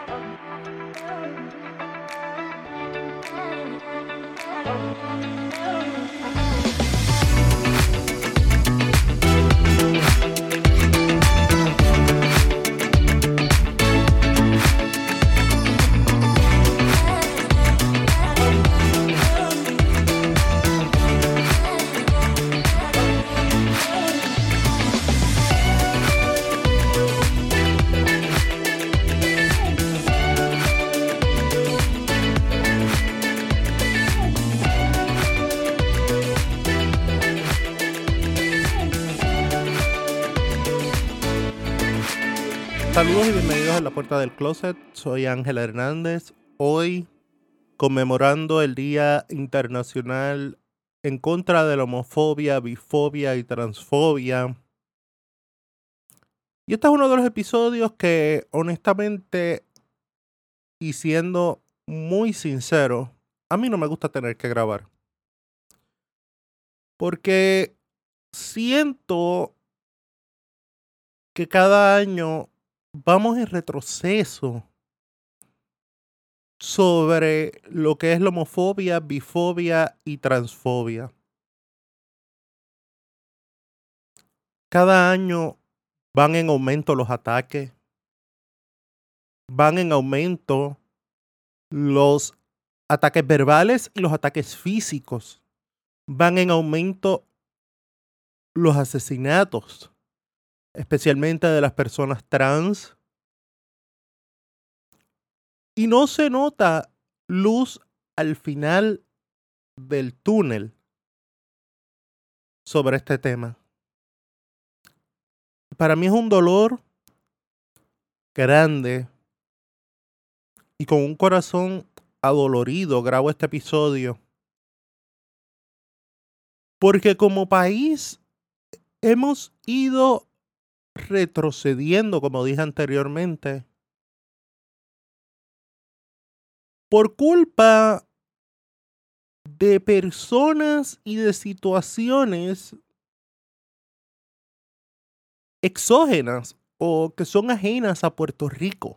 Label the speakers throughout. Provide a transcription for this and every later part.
Speaker 1: Saludos y bienvenidos a La Puerta del Closet. Soy Ángel Hernández. Hoy conmemorando el Día Internacional en contra de la homofobia, bifobia y transfobia. Y este es uno de los episodios que, honestamente, y siendo muy sincero, a mí no me gusta tener que grabar. Porque siento que cada año vamos en retroceso sobre lo que es la homofobia, bifobia y transfobia. Cada año van en aumento los ataques, van en aumento los ataques verbales y los ataques físicos, van en aumento los asesinatos, especialmente de las personas trans. Y no se nota luz al final del túnel sobre este tema. Para mí es un dolor grande y con un corazón adolorido grabo este episodio. Porque como país hemos ido retrocediendo, como dije anteriormente, por culpa de personas y de situaciones exógenas o que son ajenas a Puerto Rico.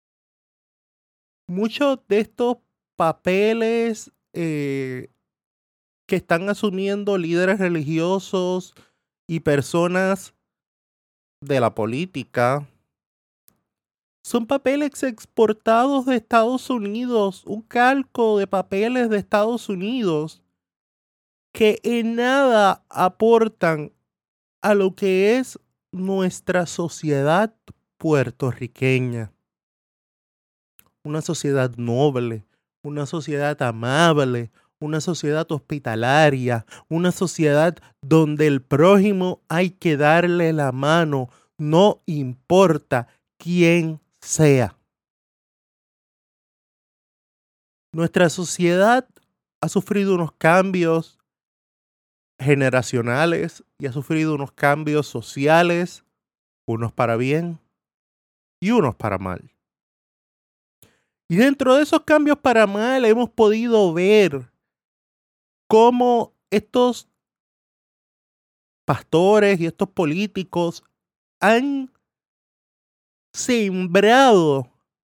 Speaker 1: Muchos de estos papeles que están asumiendo líderes religiosos y personas de la política son papeles exportados de Estados Unidos, un calco de papeles de Estados Unidos que en nada aportan a lo que es nuestra sociedad puertorriqueña. Una sociedad noble, una sociedad amable, una sociedad hospitalaria, una sociedad donde el prójimo hay que darle la mano, no importa quién sea. Nuestra sociedad ha sufrido unos cambios generacionales y ha sufrido unos cambios sociales, unos para bien y unos para mal. Y dentro de esos cambios para mal hemos podido ver cómo estos pastores y estos políticos han sembrado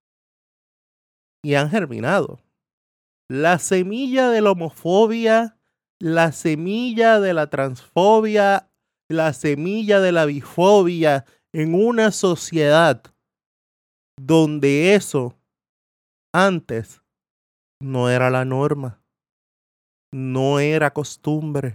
Speaker 1: y han germinado la semilla de la homofobia, la semilla de la transfobia, la semilla de la bifobia en una sociedad donde eso antes no era la norma, no era costumbre.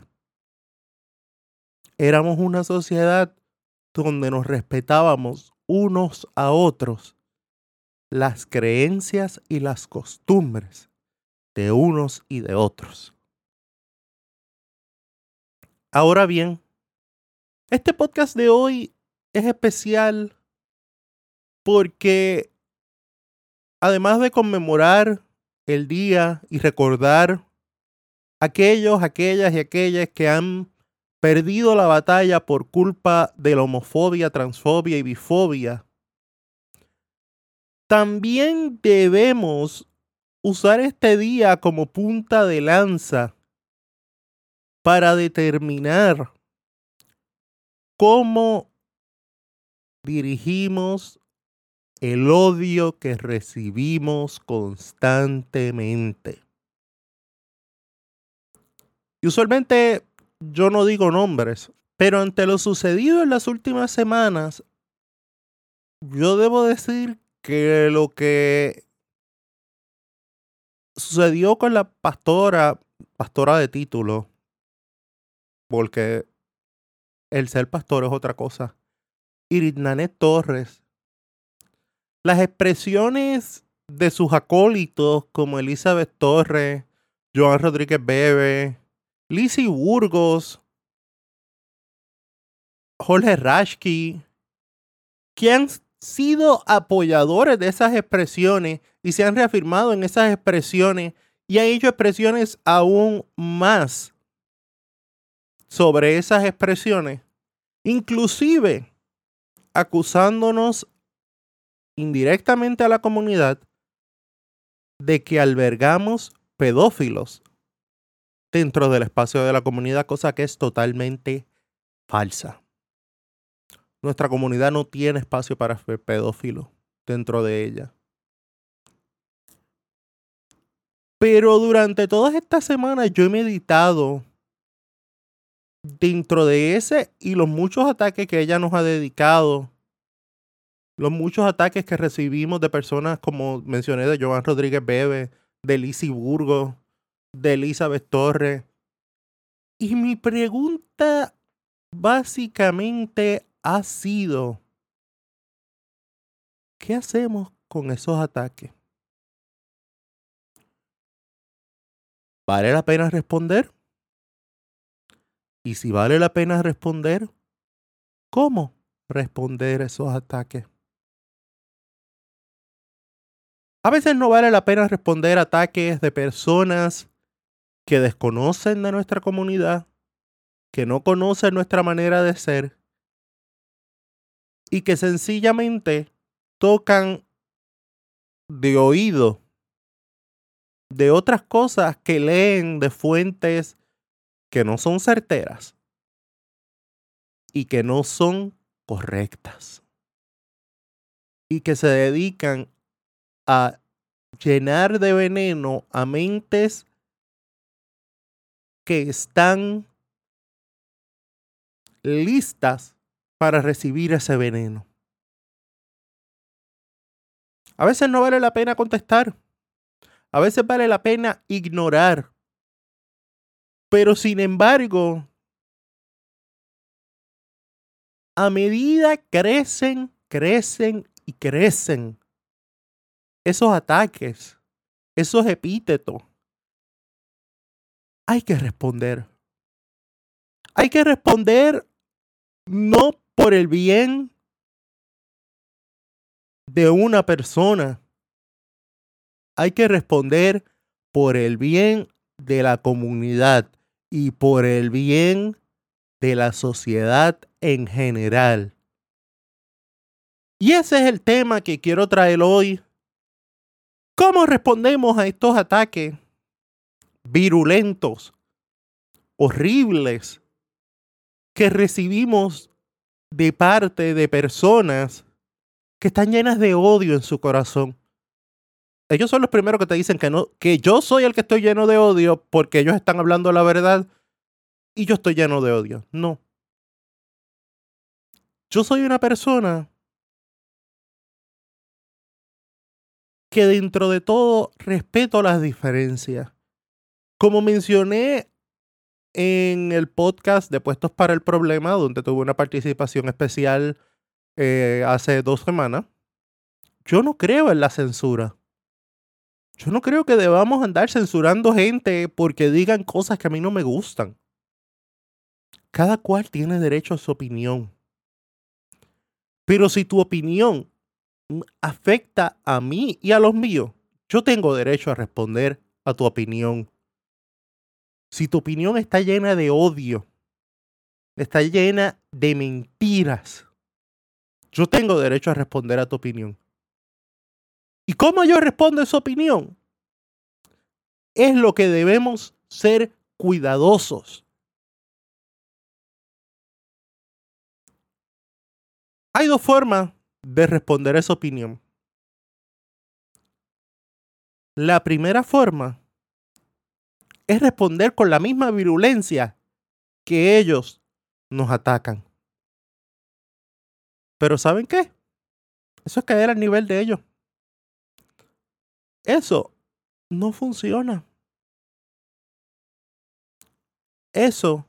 Speaker 1: Éramos una sociedad donde nos respetábamos unos a otros, las creencias y las costumbres de unos y de otros. Ahora bien, este podcast de hoy es especial porque además de conmemorar el día y recordar aquellos, aquellas y aquellas que han perdido la batalla por culpa de la homofobia, transfobia y bifobia, también debemos usar este día como punta de lanza para determinar cómo dirigimos el odio que recibimos constantemente. Y usualmente yo no digo nombres, pero ante lo sucedido en las últimas semanas, yo debo decir que lo que sucedió con la pastora de título, porque el ser pastor es otra cosa, Iritnanet Torres, las expresiones de sus acólitos como Elizabeth Torres, Joan Rodríguez Bebe, Lizzie Burgos, Jorge Rashki, que han sido apoyadores de esas expresiones y se han reafirmado en esas expresiones y han hecho expresiones aún más sobre esas expresiones, inclusive acusándonos indirectamente a la comunidad de que albergamos pedófilos dentro del espacio de la comunidad, cosa que es totalmente falsa. Nuestra comunidad no tiene espacio para pedófilos dentro de ella. Pero durante todas estas semanas yo he meditado dentro de ese y los muchos ataques que ella nos ha dedicado, los muchos ataques que recibimos de personas como mencioné de Joan Rodríguez Bebe, de Lizzie Burgos, de Elizabeth Torres. Y mi pregunta básicamente ha sido, ¿qué hacemos con esos ataques? ¿Vale la pena responder? Y si vale la pena responder, ¿cómo responder esos ataques? A veces no vale la pena responder ataques de personas que desconocen de nuestra comunidad, que no conocen nuestra manera de ser y que sencillamente tocan de oído de otras cosas que leen de fuentes que no son certeras y que no son correctas y que se dedican a llenar de veneno a mentes que están listas para recibir ese veneno. A veces no vale la pena contestar. A veces vale la pena ignorar. Pero sin embargo, a medida crecen y crecen esos ataques, esos epítetos, hay que responder. Hay que responder no por el bien de una persona. Hay que responder por el bien de la comunidad y por el bien de la sociedad en general. Y ese es el tema que quiero traer hoy. ¿Cómo respondemos a estos ataques virulentos, horribles, que recibimos de parte de personas que están llenas de odio en su corazón? Ellos son los primeros que te dicen que yo soy el que estoy lleno de odio porque ellos están hablando la verdad y yo estoy lleno de odio. No. Yo soy una persona que dentro de todo respeto las diferencias. Como mencioné en el podcast de Puestos para el Problema, donde tuve una participación especial hace 2 semanas, yo no creo en la censura. Yo no creo que debamos andar censurando gente porque digan cosas que a mí no me gustan. Cada cual tiene derecho a su opinión. Pero si tu opinión afecta a mí y a los míos, yo tengo derecho a responder a tu opinión. Si tu opinión está llena de odio, está llena de mentiras, yo tengo derecho a responder a tu opinión. ¿Y cómo yo respondo a esa opinión? Es lo que debemos ser cuidadosos. Hay 2 formas de responder a esa opinión. La primera forma es responder con la misma virulencia que ellos nos atacan. Pero ¿saben qué? Eso es caer al nivel de ellos. Eso no funciona. Eso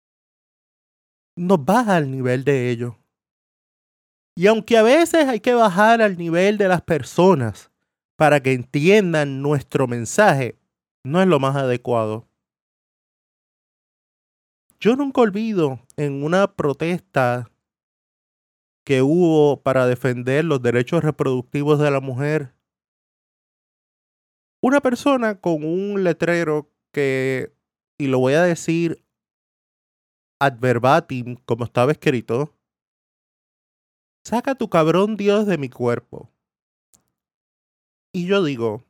Speaker 1: nos baja al nivel de ellos. Y aunque a veces hay que bajar al nivel de las personas para que entiendan nuestro mensaje, no es lo más adecuado. Yo nunca olvido en una protesta que hubo para defender los derechos reproductivos de la mujer, una persona con un letrero que, y lo voy a decir ad verbatim como estaba escrito: saca tu cabrón Dios de mi cuerpo. Y yo digo,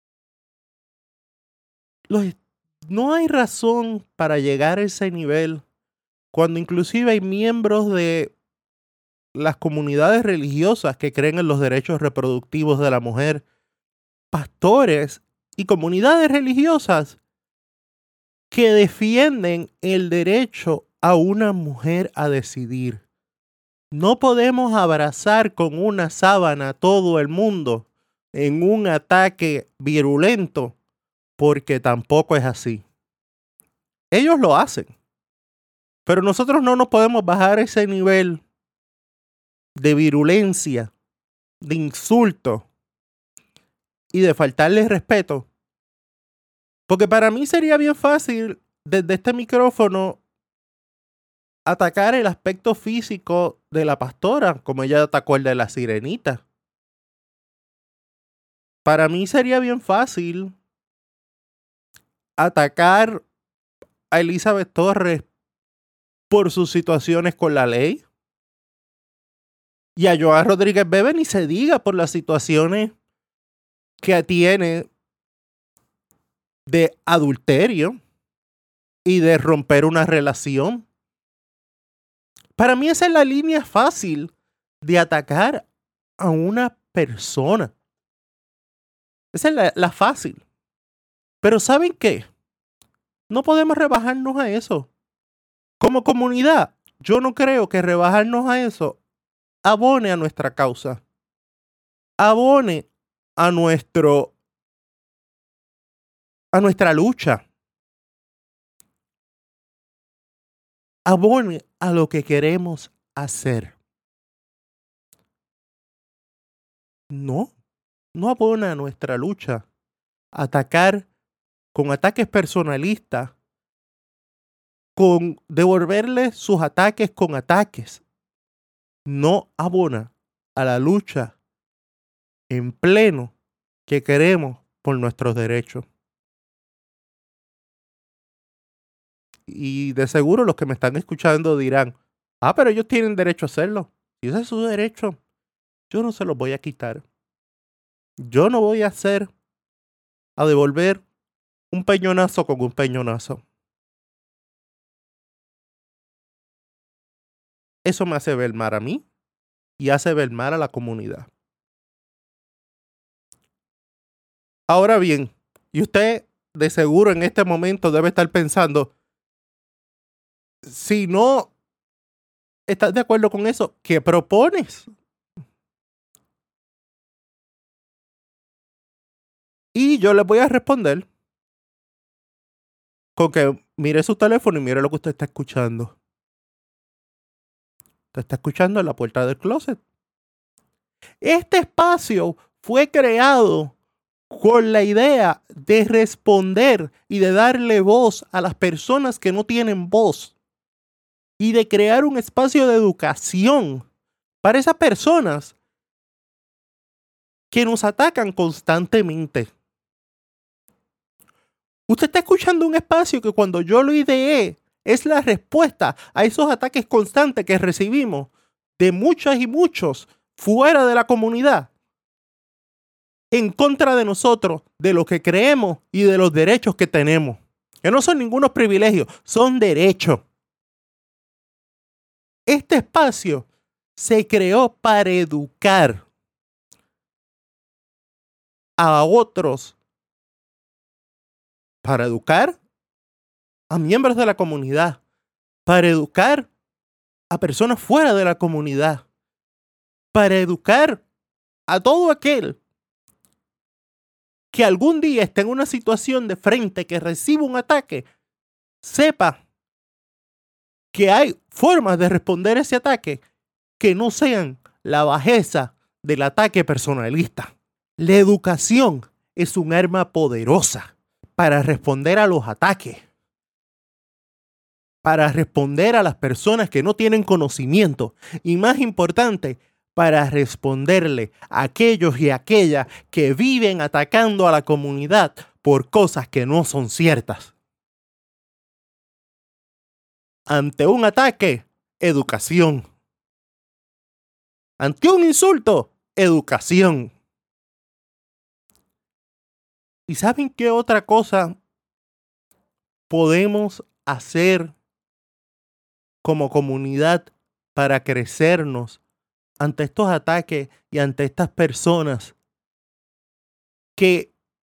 Speaker 1: los- no hay razón para llegar a ese nivel cuando inclusive hay miembros de las comunidades religiosas que creen en los derechos reproductivos de la mujer, pastores y comunidades religiosas que defienden el derecho a una mujer a decidir. No podemos abrazar con una sábana a todo el mundo en un ataque virulento, porque tampoco es así. Ellos lo hacen, pero nosotros no nos podemos bajar ese nivel de virulencia, de insulto y de faltarle respeto. Porque para mí sería bien fácil desde este micrófono atacar el aspecto físico de la pastora, como ella atacó el de la sirenita. Para mí sería bien fácil atacar a Elizabeth Torres por sus situaciones con la ley. Y a Joan Rodríguez Bebe ni se diga por las situaciones que tiene de adulterio y de romper una relación. Para mí esa es la línea fácil de atacar a una persona. Esa es la fácil. Pero ¿saben qué? No podemos rebajarnos a eso. Como comunidad, yo no creo que rebajarnos a eso abone a nuestra causa. Abone a nuestra lucha. Abone a lo que queremos hacer. No, no abona a nuestra lucha. Atacar con ataques personalistas, con devolverle sus ataques con ataques, no abona a la lucha en pleno que queremos por nuestros derechos. Y de seguro los que me están escuchando dirán, pero ellos tienen derecho a hacerlo. Si ese es su derecho, yo no se los voy a quitar. Yo no voy a devolver un peñonazo con un peñonazo. Eso me hace ver mal a mí y hace ver mal a la comunidad. Ahora bien, y usted de seguro en este momento debe estar pensando, si no estás de acuerdo con eso, ¿qué propones? Y yo les voy a responder con que mire su teléfono y mire lo que usted está escuchando. Usted está escuchando en la puerta del closet. Este espacio fue creado con la idea de responder y de darle voz a las personas que no tienen voz y de crear un espacio de educación para esas personas que nos atacan constantemente. Usted está escuchando un espacio que cuando yo lo ideé es la respuesta a esos ataques constantes que recibimos de muchas y muchos fuera de la comunidad en contra de nosotros, de lo que creemos y de los derechos que tenemos. Que no son ningunos privilegios, son derechos. Este espacio se creó para educar a otros para educar a miembros de la comunidad, para educar a personas fuera de la comunidad, para educar a todo aquel que algún día esté en una situación de frente, que reciba un ataque, sepa que hay formas de responder a ese ataque que no sean la bajeza del ataque personalista. La educación es un arma poderosa para responder a los ataques, para responder a las personas que no tienen conocimiento y, más importante, para responderle a aquellos y aquellas que viven atacando a la comunidad por cosas que no son ciertas. Ante un ataque, educación. Ante un insulto, educación. ¿Y saben qué otra cosa podemos hacer como comunidad para crecernos ante estos ataques y ante estas personas que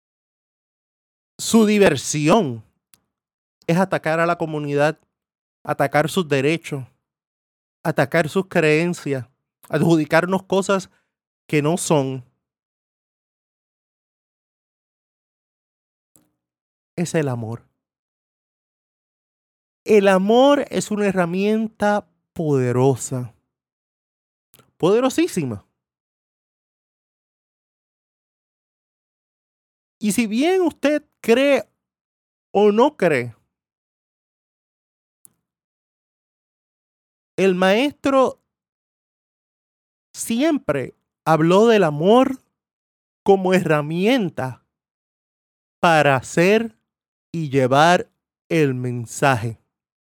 Speaker 1: su diversión es atacar a la comunidad, atacar sus derechos, atacar sus creencias, adjudicarnos cosas que no son? Es el amor. El amor es una herramienta poderosa, poderosísima. Y si bien usted cree o no cree, el maestro siempre habló del amor como herramienta para hacer y llevar el mensaje.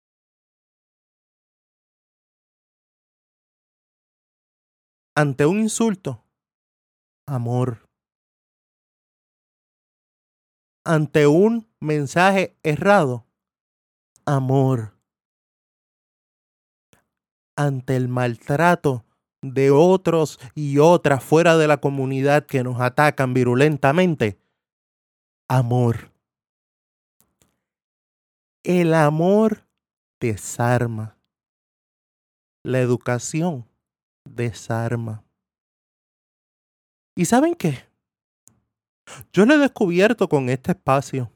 Speaker 1: Ante un insulto, amor. Ante un mensaje errado, amor. Ante el maltrato de otros y otras fuera de la comunidad que nos atacan virulentamente, amor. El amor desarma. La educación desarma. ¿Y saben qué? Yo lo he descubierto con este espacio.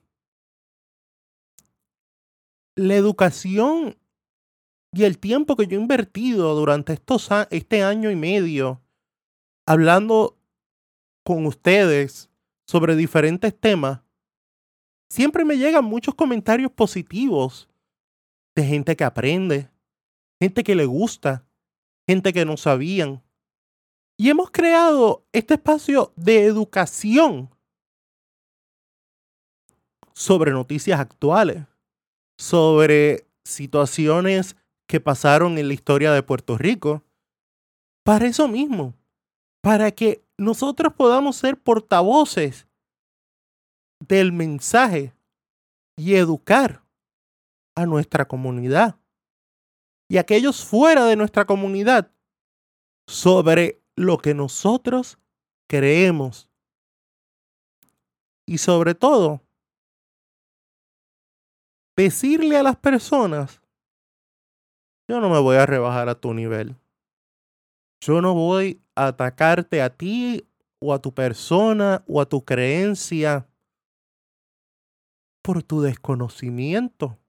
Speaker 1: La educación y el tiempo que yo he invertido durante este año y medio hablando con ustedes sobre diferentes temas, siempre me llegan muchos comentarios positivos de gente que aprende, gente que le gusta, gente que no sabían. Y hemos creado este espacio de educación sobre noticias actuales, sobre situaciones que pasaron en la historia de Puerto Rico, para eso mismo, para que nosotros podamos ser portavoces del mensaje y educar a nuestra comunidad y a aquellos fuera de nuestra comunidad sobre lo que nosotros creemos y, sobre todo, decirle a las personas: yo no me voy a rebajar a tu nivel. Yo no voy a atacarte a ti o a tu persona o a tu creencia por tu desconocimiento.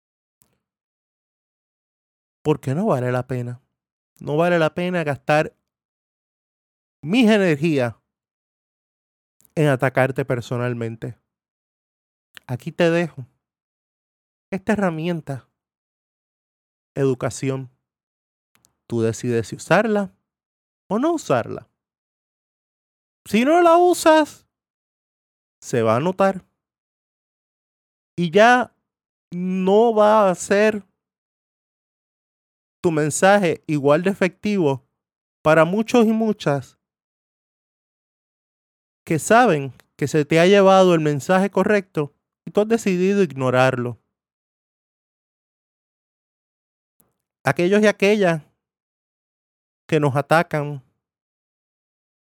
Speaker 1: Porque no vale la pena. No vale la pena gastar mis energías en atacarte personalmente. Aquí te dejo esta herramienta, educación. Tú decides si usarla o no usarla. Si no la usas, se va a notar. Y ya no va a ser tu mensaje igual de efectivo para muchos y muchas que saben que se te ha llevado el mensaje correcto y tú has decidido ignorarlo. Aquellos y aquellas que nos atacan,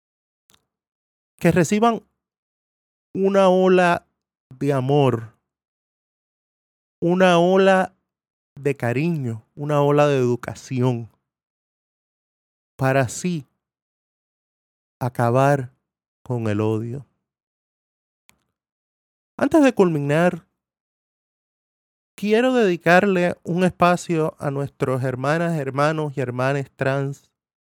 Speaker 1: que reciban una ola de amor una ola de cariño, una ola de educación, para así acabar con el odio. Antes de culminar, quiero dedicarle un espacio a nuestros hermanas, hermanos y hermanas trans,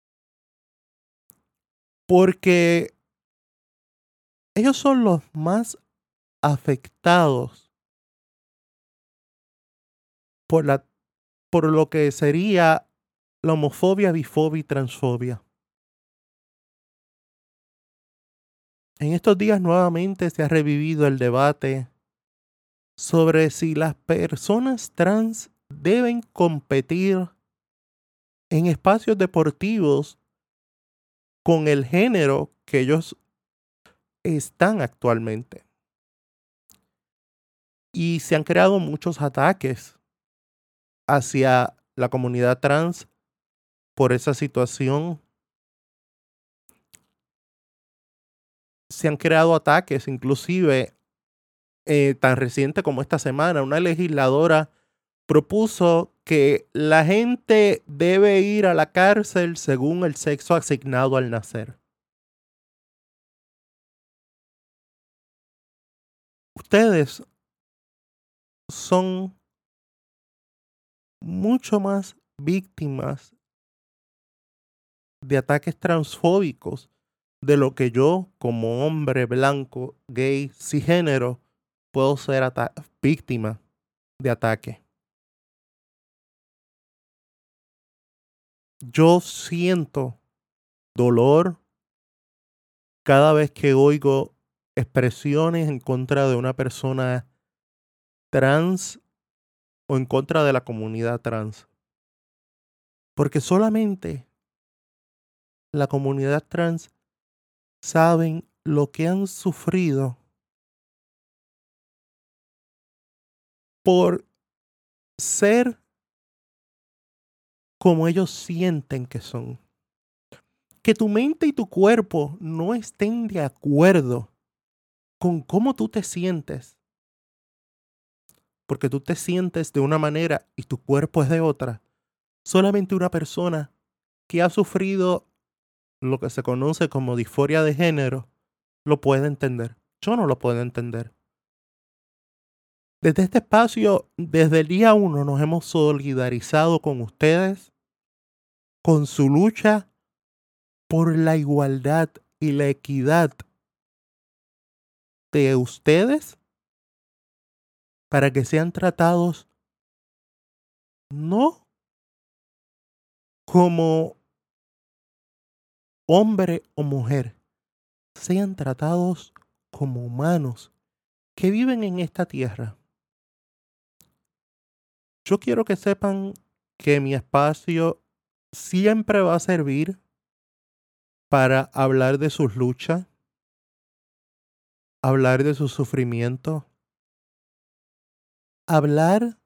Speaker 1: porque ellos son los más afectados por, por lo que sería la homofobia, bifobia y transfobia. En estos días nuevamente se ha revivido el debate sobre si las personas trans deben competir en espacios deportivos con el género que ellos están actualmente. Y se han creado muchos ataques hacia la comunidad trans por esa situación. Se han creado ataques, inclusive tan reciente como esta semana, una legisladora propuso que la gente debe ir a la cárcel según el sexo asignado al nacer. Ustedes son mucho más víctimas de ataques transfóbicos de lo que yo, como hombre blanco, gay, cisgénero, puedo ser víctima de ataque. Yo siento dolor cada vez que oigo expresiones en contra de una persona trans o en contra de la comunidad trans. Porque solamente la comunidad trans saben lo que han sufrido por ser como ellos sienten que son. Que tu mente y tu cuerpo no estén de acuerdo con cómo tú te sientes. Porque tú te sientes de una manera y tu cuerpo es de otra. Solamente una persona que ha sufrido lo que se conoce como disforia de género lo puede entender. Yo no lo puedo entender. Desde este espacio, desde el día 1, nos hemos solidarizado con ustedes, con su lucha por la igualdad y la equidad de ustedes para que sean tratados no como hombre o mujer, sean tratados como humanos que viven en esta tierra. Yo quiero que sepan que mi espacio siempre va a servir para hablar de sus luchas, hablar de su sufrimiento, hablar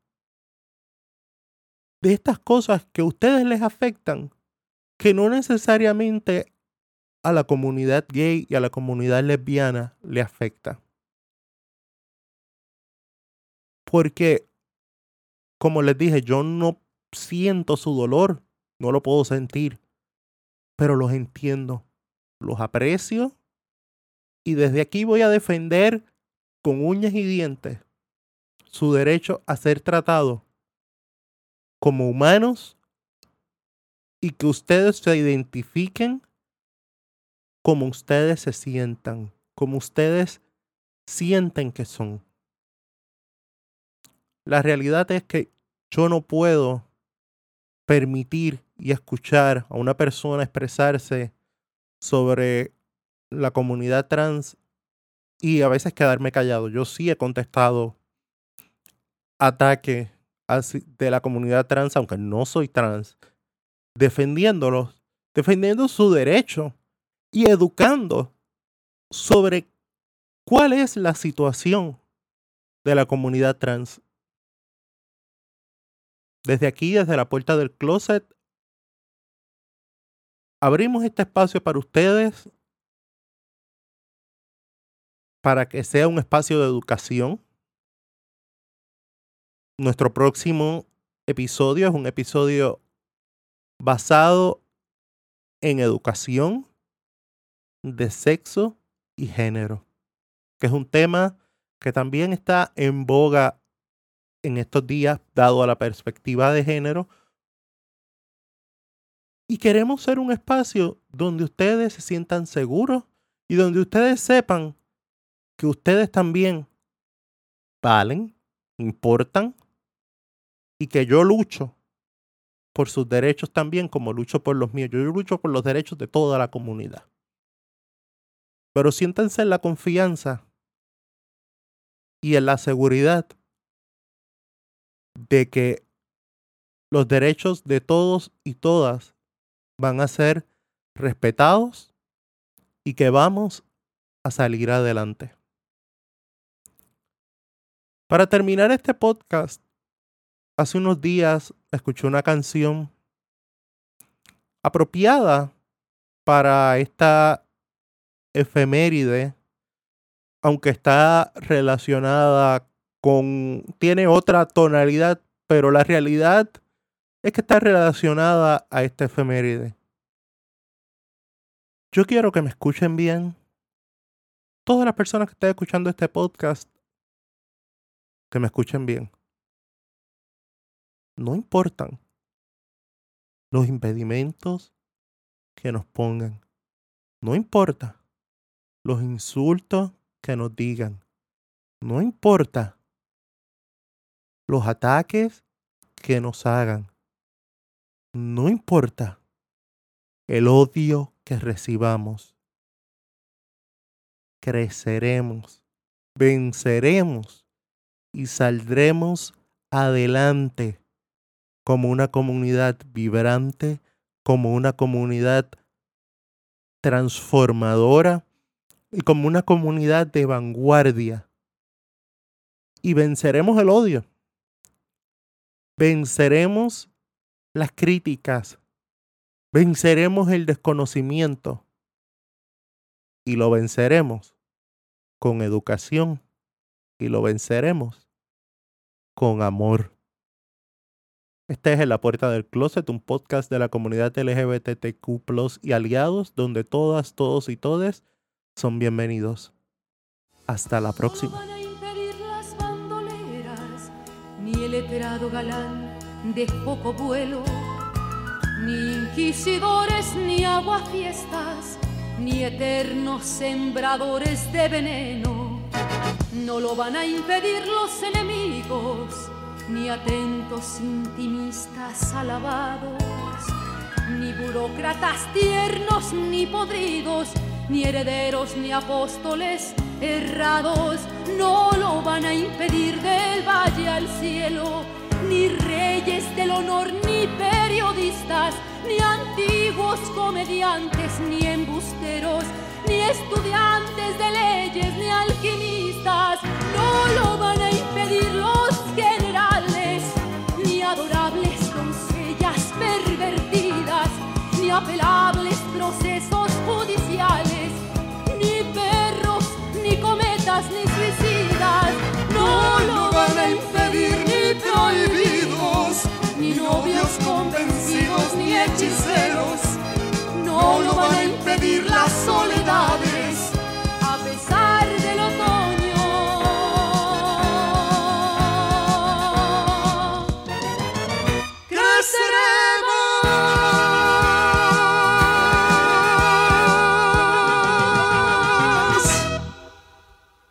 Speaker 1: de estas cosas que a ustedes les afectan, que no necesariamente a la comunidad gay y a la comunidad lesbiana le afecta. Porque, como les dije, yo no siento su dolor, no lo puedo sentir, pero los entiendo, los aprecio y desde aquí voy a defender con uñas y dientes su derecho a ser tratado como humanos y que ustedes se identifiquen como ustedes se sientan, como ustedes sienten que son. La realidad es que yo no puedo permitir y escuchar a una persona expresarse sobre la comunidad trans y a veces quedarme callado. Yo sí he contestado ataques de la comunidad trans, aunque no soy trans, defendiéndolos, defendiendo su derecho y educando sobre cuál es la situación de la comunidad trans. Desde aquí, desde la puerta del closet, abrimos este espacio para ustedes, para que sea un espacio de educación, Nuestro próximo episodio es un episodio basado en educación de sexo y género, que es un tema que también está en boga en estos días, dado a la perspectiva de género. Y queremos ser un espacio donde ustedes se sientan seguros y donde ustedes sepan que ustedes también valen, importan y que yo lucho por sus derechos también como lucho por los míos. Yo lucho por los derechos de toda la comunidad. Pero siéntanse en la confianza y en la seguridad de que los derechos de todos y todas van a ser respetados y que vamos a salir adelante. Para terminar este podcast, hace unos días escuché una canción apropiada para esta efeméride, aunque está relacionada tiene otra tonalidad, pero la realidad es que está relacionada a esta efeméride. Yo quiero que me escuchen bien. Todas las personas que estén escuchando este podcast, que me escuchen bien. No importan los impedimentos que nos pongan. No importa los insultos que nos digan. No importa los ataques que nos hagan. No importa el odio que recibamos. Creceremos, venceremos y saldremos adelante como una comunidad vibrante, como una comunidad transformadora y como una comunidad de vanguardia. Y venceremos el odio. Venceremos las críticas. Venceremos el desconocimiento. Y lo venceremos con educación. Y lo venceremos con amor. Este es En la Puerta del Closet, un podcast de la comunidad LGBTQ+ y aliados, donde todas, todos y todes son bienvenidos. Hasta la próxima.
Speaker 2: No van a impedir las bandoleras, ni el letrado galán de poco vuelo, ni inquisidores, ni aguafiestas, ni eternos sembradores de veneno. No lo van a impedir los enemigos, ni atentos intimistas alabados, ni burócratas tiernos ni podridos, ni herederos ni apóstoles errados. No lo van a impedir del valle al cielo, ni reyes del honor, ni periodistas, ni antiguos comediantes, ni embusteros, ni estudiantes de leyes, ni alquimistas. No lo van a impedir los generales, ni adorables doncellas pervertidas, ni apelables procesos judiciales, ni perros, ni cometas, ni suicidas. No lo van a impedir ni prohibidos, ni novios convencidos, ni hechiceros. No lo van a impedir las soledades, a pesar del otoño. Creceré